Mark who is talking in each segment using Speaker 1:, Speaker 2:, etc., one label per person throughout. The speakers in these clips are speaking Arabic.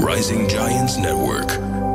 Speaker 1: Rising Giants Network.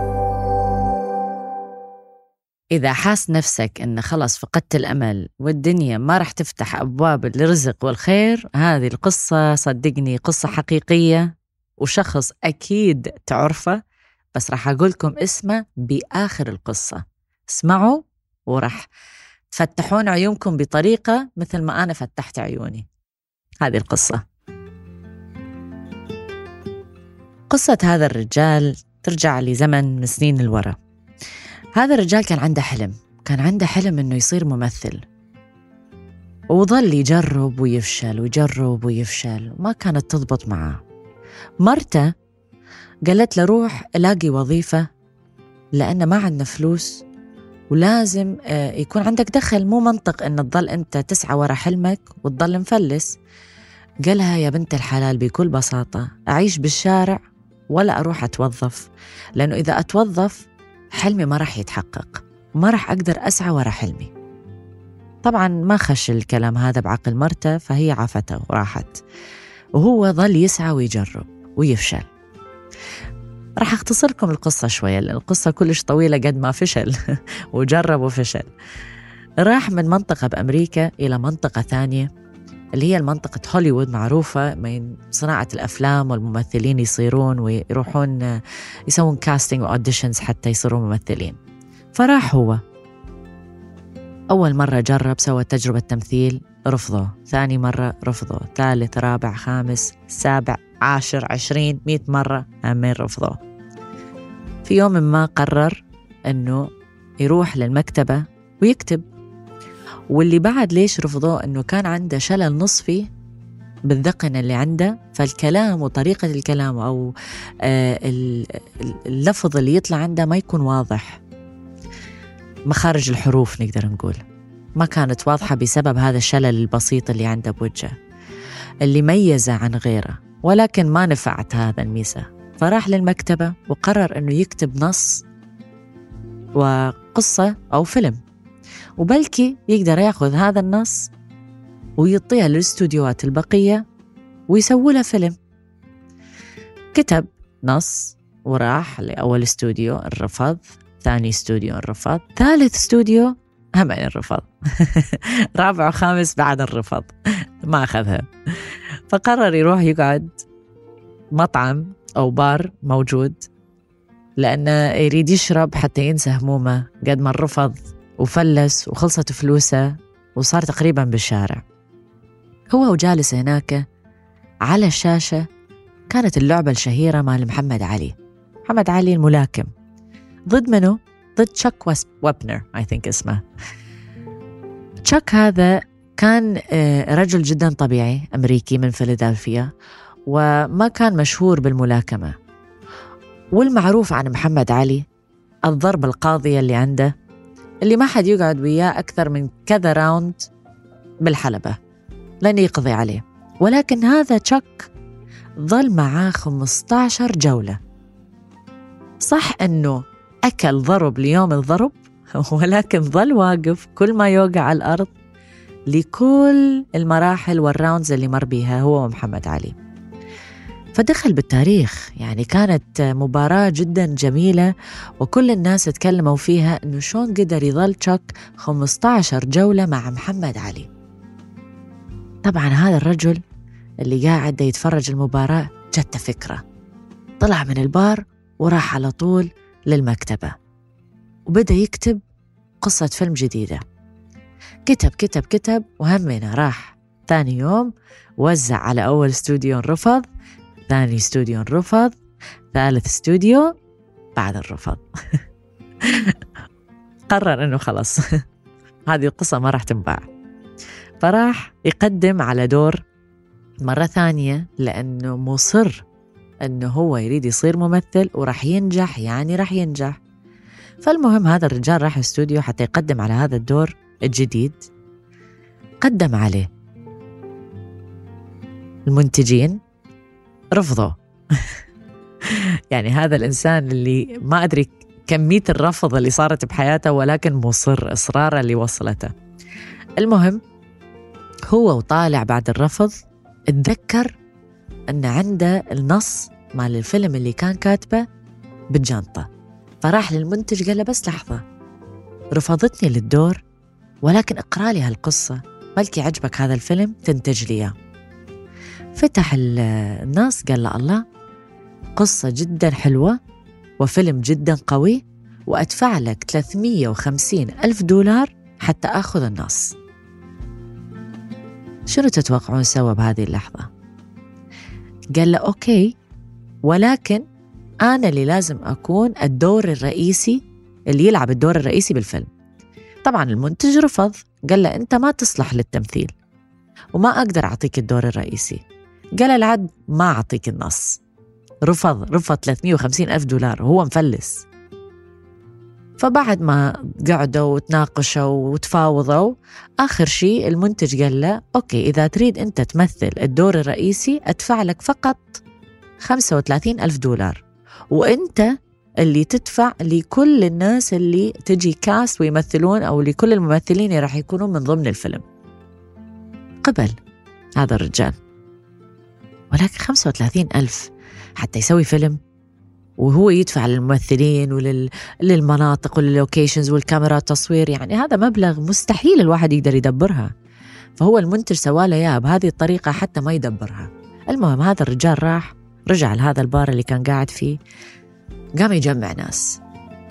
Speaker 2: إذا حاس نفسك إن خلص فقدت الأمل والدنيا ما رح تفتح أبواب الرزق والخير، هذه القصة صدقني قصة حقيقية وشخص أكيد تعرفه، بس رح أقولكم اسمه بآخر القصة. اسمعوا ورح تفتحون عيونكم بطريقة مثل ما أنا فتحت عيوني. هذه القصة، قصة هذا الرجال ترجع لزمن من سنين الورا. هذا الرجال كان عنده حلم إنه يصير ممثل، وظل يجرب ويفشل ويجرب ويفشل، ما كانت تضبط معه. مرته قالت له روح الاقي وظيفة لأن ما عندنا فلوس ولازم يكون عندك دخل، مو منطق إن تظل أنت تسعى ورا حلمك وتظل مفلس. قالها يا بنت الحلال بكل بساطة أعيش بالشارع ولا أروح أتوظف، لأنه إذا أتوظف حلمي ما رح يتحقق، ما رح أقدر أسعى ورا حلمي. طبعا ما خش الكلام هذا بعقل مرته، فهي عافته وراحت، وهو ظل يسعى ويجرب ويفشل. رح أختصر لكم القصة شوية لأن القصة كلش طويلة قد ما فشل وجرب وفشل. راح من منطقة بأمريكا إلى منطقة ثانية اللي هي المنطقة هوليوود، معروفة من صناعة الأفلام والممثلين يصيرون ويروحون يسوون كاستينج وأوديشنز حتى يصيرون ممثلين. فراح هو أول مرة جرب، سوى تجربة تمثيل، رفضه. ثاني مرة رفضه، ثالث رابع خامس سابع 10 20 100 مرة همين رفضه. في يوم ما قرر أنه يروح للمكتبة ويكتب. واللي بعد ليش رفضوه أنه كان عنده شلل نصفي بالذقن اللي عنده، فالكلام وطريقة الكلام أو اللفظ اللي يطلع عنده ما يكون واضح، مخارج الحروف نقدر نقول ما كانت واضحة بسبب هذا الشلل البسيط اللي عنده بوجهه اللي ميزه عن غيره. ولكن ما نفعت هذا الميزة، فراح للمكتبة وقرر أنه يكتب نص وقصة أو فيلم، وبلكي يقدر يأخذ هذا النص ويعطيها للاستوديوهات البقية ويسوي له فيلم. كتب نص وراح لأول استوديو الرفض، ثاني استوديو الرفض، ثالث استوديو هم الرفض رابع وخامس بعد الرفض، ما أخذها. فقرر يروح يقعد مطعم أو بار موجود لأنه يريد يشرب حتى ينسى همومه قد ما الرفض وفلس وخلصت فلوسه وصار تقريبا بالشارع. هو وجالس هناك على الشاشة كانت اللعبة الشهيرة مال محمد علي الملاكم. ضد منه؟ ضد تشاك وابنر I think اسمه. تشاك هذا كان رجل جدا طبيعي أمريكي من فيلادلفيا، وما كان مشهور بالملاكمة. والمعروف عن محمد علي الضربة القاضية اللي عنده، اللي ما حد يقعد وياه أكثر من كذا راوند بالحلبة لن يقضي عليه. ولكن هذا تشاك ظل معاه 15 جولة. صح أنه أكل ضرب ليوم الضرب، ولكن ظل واقف كل ما يوقع على الأرض لكل المراحل والراوندز اللي مر بيها هو ومحمد علي. فدخل بالتاريخ، يعني كانت مباراة جدا جميلة وكل الناس تكلموا فيها إنه شون قدر يظل تشاك 15 جولة مع محمد علي. طبعا هذا الرجل اللي قاعد يتفرج المباراة جت فكرة، طلع من البار وراح على طول للمكتبة وبدأ يكتب قصة فيلم جديدة. كتب وهمنا راح ثاني يوم وزع على أول استوديو رفض، ثاني استوديو رفض، ثالث استوديو بعد الرفض قرر إنه خلص هذه القصة ما راح تنباع، فراح يقدم على دور مرة ثانية لأنه مصر أنه هو يريد يصير ممثل وراح ينجح، يعني راح ينجح. فالمهم هذا الرجال راح استوديو حتى يقدم على هذا الدور الجديد. قدم عليه، المنتجين رفضوا يعني هذا الإنسان اللي ما أدري كمية الرفض اللي صارت بحياته، ولكن مصر إصراره اللي وصلته. المهم هو وطالع بعد الرفض اتذكر أن عنده النص مال الفيلم اللي كان كاتبه بالجانطة. فراح للمنتج قال له بس لحظة، رفضتني للدور ولكن اقرأ لي هالقصة، بلكي عجبك هذا الفيلم تنتج لي إياه. فتح الناس قال له الله، قصة جدا حلوة وفيلم جدا قوي، وأدفع لك 350,000 دولار حتى أخذ النص. شنو تتوقعون سوى بهذه اللحظة؟ قال له أوكي، ولكن أنا اللي لازم أكون الدور الرئيسي، اللي يلعب الدور الرئيسي بالفيلم. طبعا المنتج رفض، قال له أنت ما تصلح للتمثيل وما أقدر أعطيك الدور الرئيسي. قال العد ما أعطيك النص. رفض 350,000 دولار وهو مفلس. فبعد ما قعدوا وتناقشوا وتفاوضوا، آخر شيء المنتج قال له أوكي، إذا تريد أنت تمثل الدور الرئيسي أدفع لك فقط 35,000 دولار، وأنت اللي تدفع لكل الناس اللي تجي كاست ويمثلون، أو لكل الممثلين اللي راح يكونون من ضمن الفيلم. قبل هذا الرجال، ولكن 35,000 حتى يسوي فيلم وهو يدفع للممثلين وللمناطق ولللوكيشنز والكاميرا التصوير، يعني هذا مبلغ مستحيل الواحد يقدر يدبرها. فهو المنتج سواله إياها بهذه الطريقة حتى ما يدبرها. المهم هذا الرجال رجع لهذا البار اللي كان قاعد فيه، قام يجمع ناس.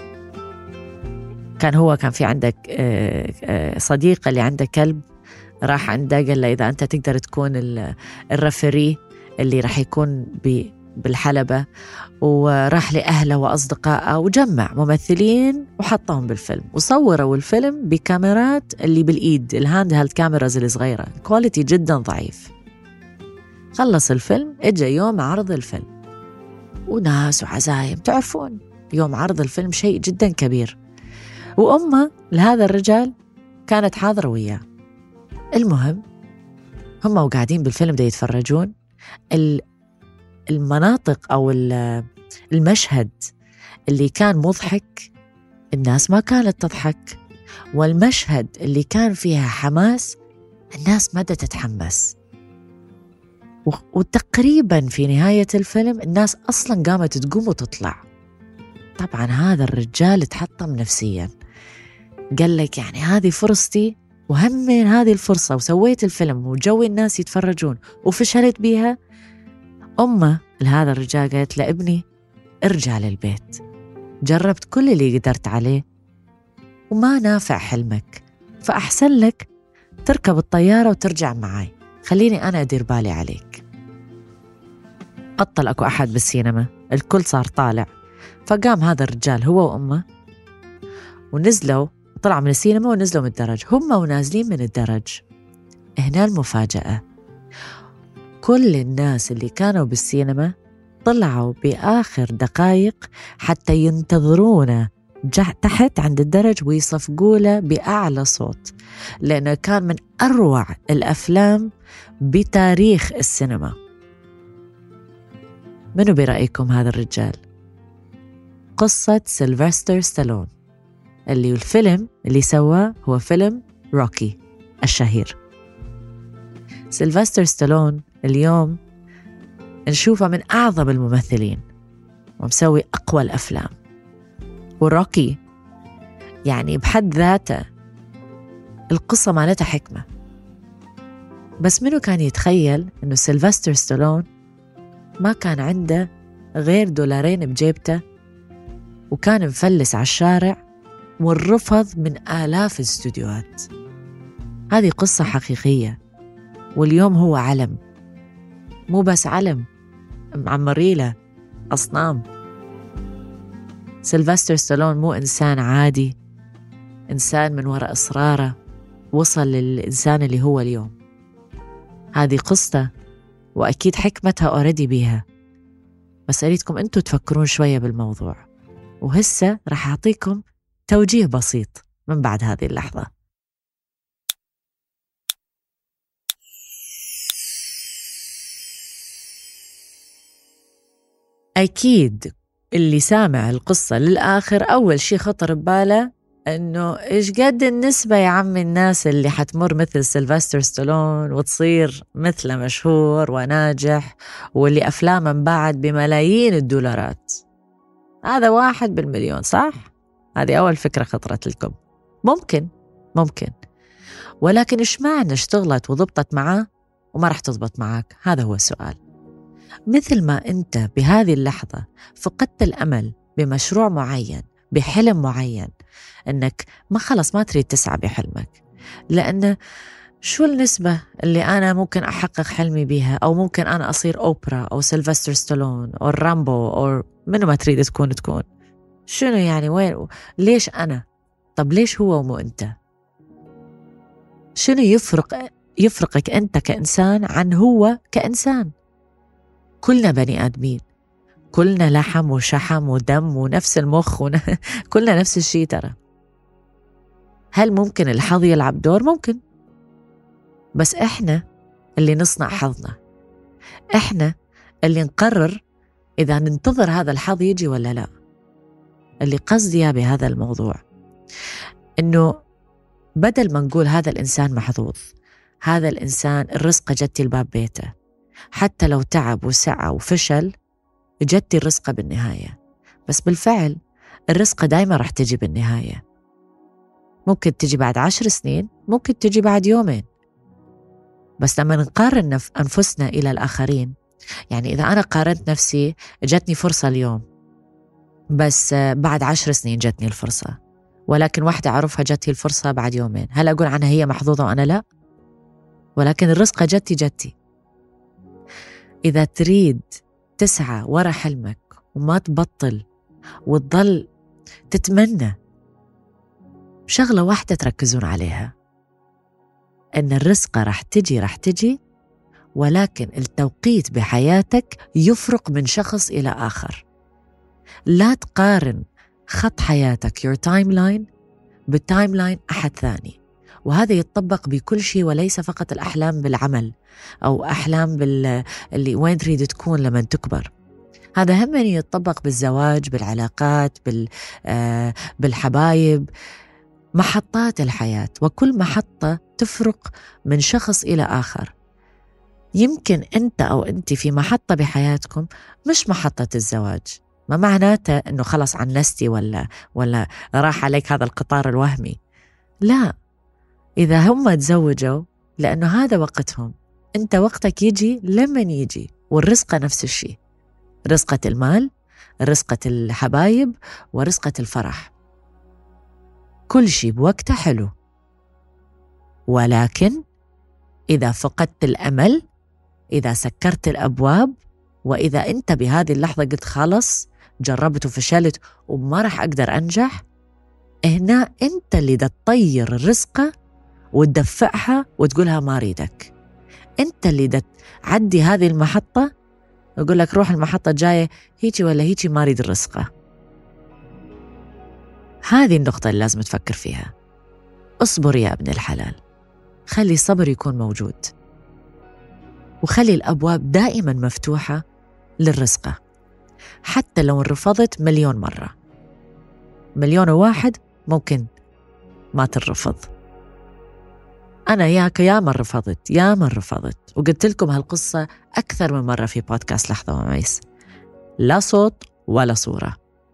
Speaker 2: كان في عندك صديق اللي عنده كلب، راح عنده قال له إذا أنت تقدر تكون الرفري اللي راح يكون بالحلبة، وراح لأهله وأصدقائه وجمع ممثلين وحطهم بالفيلم، وصوروا الفيلم بكاميرات اللي بالإيد، الهاند هيلد كاميراز الصغيرة، كواليتي جدا ضعيف. خلص الفيلم، اجى يوم عرض الفيلم وناس وعزايم، تعرفون يوم عرض الفيلم شيء جدا كبير، وأمه لهذا الرجال كانت حاضرة وياه. المهم هم وقاعدين بالفيلم دا يتفرجون، المناطق أو المشهد اللي كان مضحك الناس ما كانت تضحك، والمشهد اللي كان فيها حماس الناس ما تتحمس. وتقريبا في نهاية الفيلم الناس أصلا قامت تقوم وتطلع. طبعا هذا الرجال اتحطم نفسيا، قال لك يعني هذه فرصتي وهم من هذه الفرصة، وسويت الفيلم وجوي الناس يتفرجون وفشلت بيها. أمه لهذا الرجال قالت له ابني ارجع للبيت، جربت كل اللي قدرت عليه وما نافع حلمك، فأحسن لك تركب الطيارة وترجع معاي، خليني أنا أدير بالي عليك. أطل أكو أحد بالسينما، الكل صار طالع. فقام هذا الرجال هو وأمه ونزلوا، طلع من السينما ونزلوا من الدرج. هم ونازلين من الدرج، هنا المفاجأة، كل الناس اللي كانوا بالسينما طلعوا بآخر دقائق حتى ينتظرونه تحت عند الدرج ويصفقوا له بأعلى صوت، لأنه كان من أروع الأفلام بتاريخ السينما. منو برأيكم هذا الرجال؟ قصة سيلفستر ستالون، اللي الفيلم اللي سواه هو فيلم روكي الشهير. سيلفستر ستالون اليوم نشوفه من أعظم الممثلين ومسوي أقوى الأفلام، وروكي يعني بحد ذاته القصة مالتها حكمة. بس منو كان يتخيل إنه سيلفستر ستالون ما كان عنده غير $2 بجيبته، وكان مفلس على الشارع والرفض من آلاف الاستوديوهات. هذه قصة حقيقية، واليوم هو علم، مو بس علم، معمريله أصنام. سيلفستر ستالون مو إنسان عادي، إنسان من وراء إصراره وصل للإنسان اللي هو اليوم. هذه قصته وأكيد حكمتها أوريدي بيها، بس أريدكم أنتوا تفكرون شوية بالموضوع، وهسه راح أعطيكم توجيه بسيط من بعد هذه اللحظة. أكيد اللي سامع القصة للآخر أول شي خطر بباله إنه إيش قد النسبة يا عمي الناس اللي حتمر مثل سيلفستر ستالون وتصير مثله مشهور وناجح واللي أفلامه انباعت بملايين الدولارات. هذا 1 بالمليون، صح؟ هذه أول فكرة خطرت لكم. ممكن، ولكن إيش معنى اشتغلت وضبطت معاه وما رح تضبط معاك؟ هذا هو السؤال. مثل ما أنت بهذه اللحظة فقدت الأمل بمشروع معين، بحلم معين، أنك خلص ما تريد تسعى بحلمك، لأن شو النسبة اللي أنا ممكن أحقق حلمي بيها، أو ممكن أنا أصير أوبرا أو سيلفستر ستالون أو رامبو أو منو ما تريد تكون شنو يعني؟ وين؟ ليش أنا؟ طب ليش هو ومو أنت؟ شنو يفرقك أنت كإنسان عن هو كإنسان؟ كلنا بني آدمين، كلنا لحم وشحم ودم ونفس المخ كلنا نفس الشيء ترى. هل ممكن الحظ يلعب دور؟ ممكن، بس إحنا اللي نصنع حظنا، إحنا اللي نقرر إذا ننتظر هذا الحظ يجي ولا لا. اللي قصدي بهذا الموضوع إنه بدل ما نقول هذا الإنسان محظوظ، هذا الإنسان الرزقة جتي الباب بيته، حتى لو تعب وسعى وفشل جتي الرزقة بالنهاية. بس بالفعل الرزقة دايما رح تجي بالنهاية، ممكن تجي بعد 10 سنين، ممكن تجي بعد يومين. بس لما نقارن أنفسنا إلى الآخرين، يعني إذا أنا قارنت نفسي جتني فرصة اليوم، بس بعد 10 سنين جتني الفرصة، ولكن واحدة أعرفها جتني الفرصة بعد يومين، هل أقول عنها هي محظوظة وأنا لا؟ ولكن الرزقة جتي. إذا تريد تسعى ورا حلمك وما تبطل وتضل تتمنى، شغلة واحدة تركزون عليها، أن الرزقة رح تجي، ولكن التوقيت بحياتك يفرق من شخص إلى آخر. لا تقارن خط حياتك your timeline بالتايم لاين أحد ثاني، وهذا يتطبق بكل شيء، وليس فقط الأحلام بالعمل أو أحلام اللي وين تريد تكون لما تكبر. هذا هم يتطبق بالزواج، بالعلاقات، بالحبايب، محطات الحياة، وكل محطة تفرق من شخص إلى آخر. يمكن أنت أو أنت في محطة بحياتكم مش محطة الزواج، ما معناته أنه خلص عنستي ولا راح عليك هذا القطار الوهمي. لا، إذا هم تزوجوا لأنه هذا وقتهم، أنت وقتك يجي لمن يجي. والرزقة نفس الشيء، رزقة المال، رزقة الحبايب، ورزقة الفرح، كل شيء بوقته حلو. ولكن إذا فقدت الأمل، إذا سكرت الأبواب، وإذا أنت بهذه اللحظة قلت خلص جربت وفشلت وما رح أقدر أنجح، هنا أنت اللي تطير الرزقة وتدفعها وتقولها ما ريدك. أنت اللي تعدي هذه المحطة ويقول لك روح المحطة الجاية هيجي ولا هيجي، ما ريد الرزقة. هذه النقطة اللي لازم تفكر فيها. اصبر يا ابن الحلال، خلي الصبر يكون موجود، وخلي الأبواب دائما مفتوحة للرزقة، حتى لو رفضت 1,000,000 مرة. 1,000,001 ممكن ما ترفض. أنا يا من رفضت، وقلت لكم هالقصة أكثر من مرة في بودكاست لحظة وميس. لا صوت ولا صورة.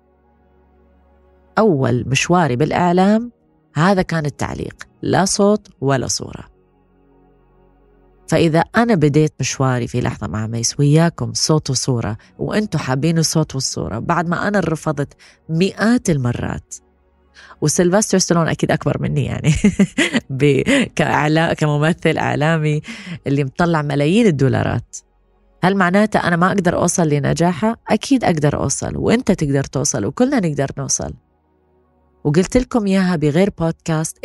Speaker 2: أول مشواري بالإعلام هذا كان التعليق، لا صوت ولا صورة. فإذا أنا بديت مشواري في لحظة مع ميس وياكم صوت وصورة، وأنتوا حابين الصوت والصورة، بعد ما أنا رفضت مئات المرات، وسيلفستر ستالون أكيد أكبر مني يعني كممثل إعلامي اللي مطلع ملايين الدولارات، هل معناته أنا ما أقدر أوصل لنجاحه؟ أكيد أقدر أوصل، وأنت تقدر توصل، وكلنا نقدر نوصل. وقلت لكم إياها بغير بودكاست،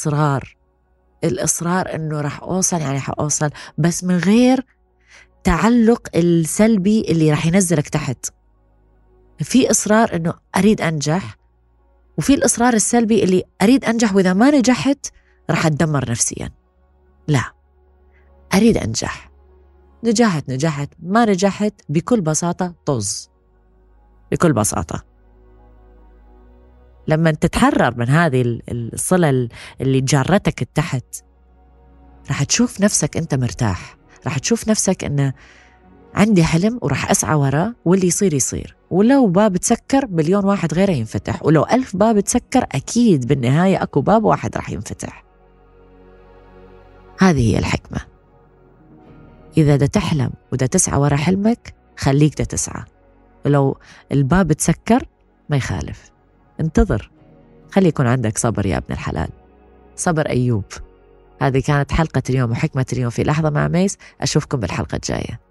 Speaker 2: الإصرار إنه رح أوصل، يعني رح أوصل، بس من غير تعلق السلبي اللي رح ينزلك تحت. في إصرار إنه أريد أنجح، وفي الإصرار السلبي اللي أريد أنجح وإذا ما نجحت رح أتدمر نفسيا. لا، أريد أنجح، نجحت ما نجحت، بكل بساطة طز، بكل بساطة. لما تتحرر من هذه الصلة اللي جارتك التحت، رح تشوف نفسك أنت مرتاح، رح تشوف نفسك أنه عندي حلم ورح أسعى وراه، واللي يصير يصير. ولو باب تسكر مليون واحد غيره ينفتح، ولو 1000 باب تسكر أكيد بالنهاية أكو باب واحد رح ينفتح. هذه هي الحكمة. إذا دا تحلم ودا تسعى ورا حلمك خليك دا تسعى، ولو الباب تسكر ما يخالف، انتظر، خلي يكون عندك صبر يا ابن الحلال، صبر أيوب. هذه كانت حلقة اليوم وحكمة اليوم في لحظة مع ميس. أشوفكم بالحلقة الجاية.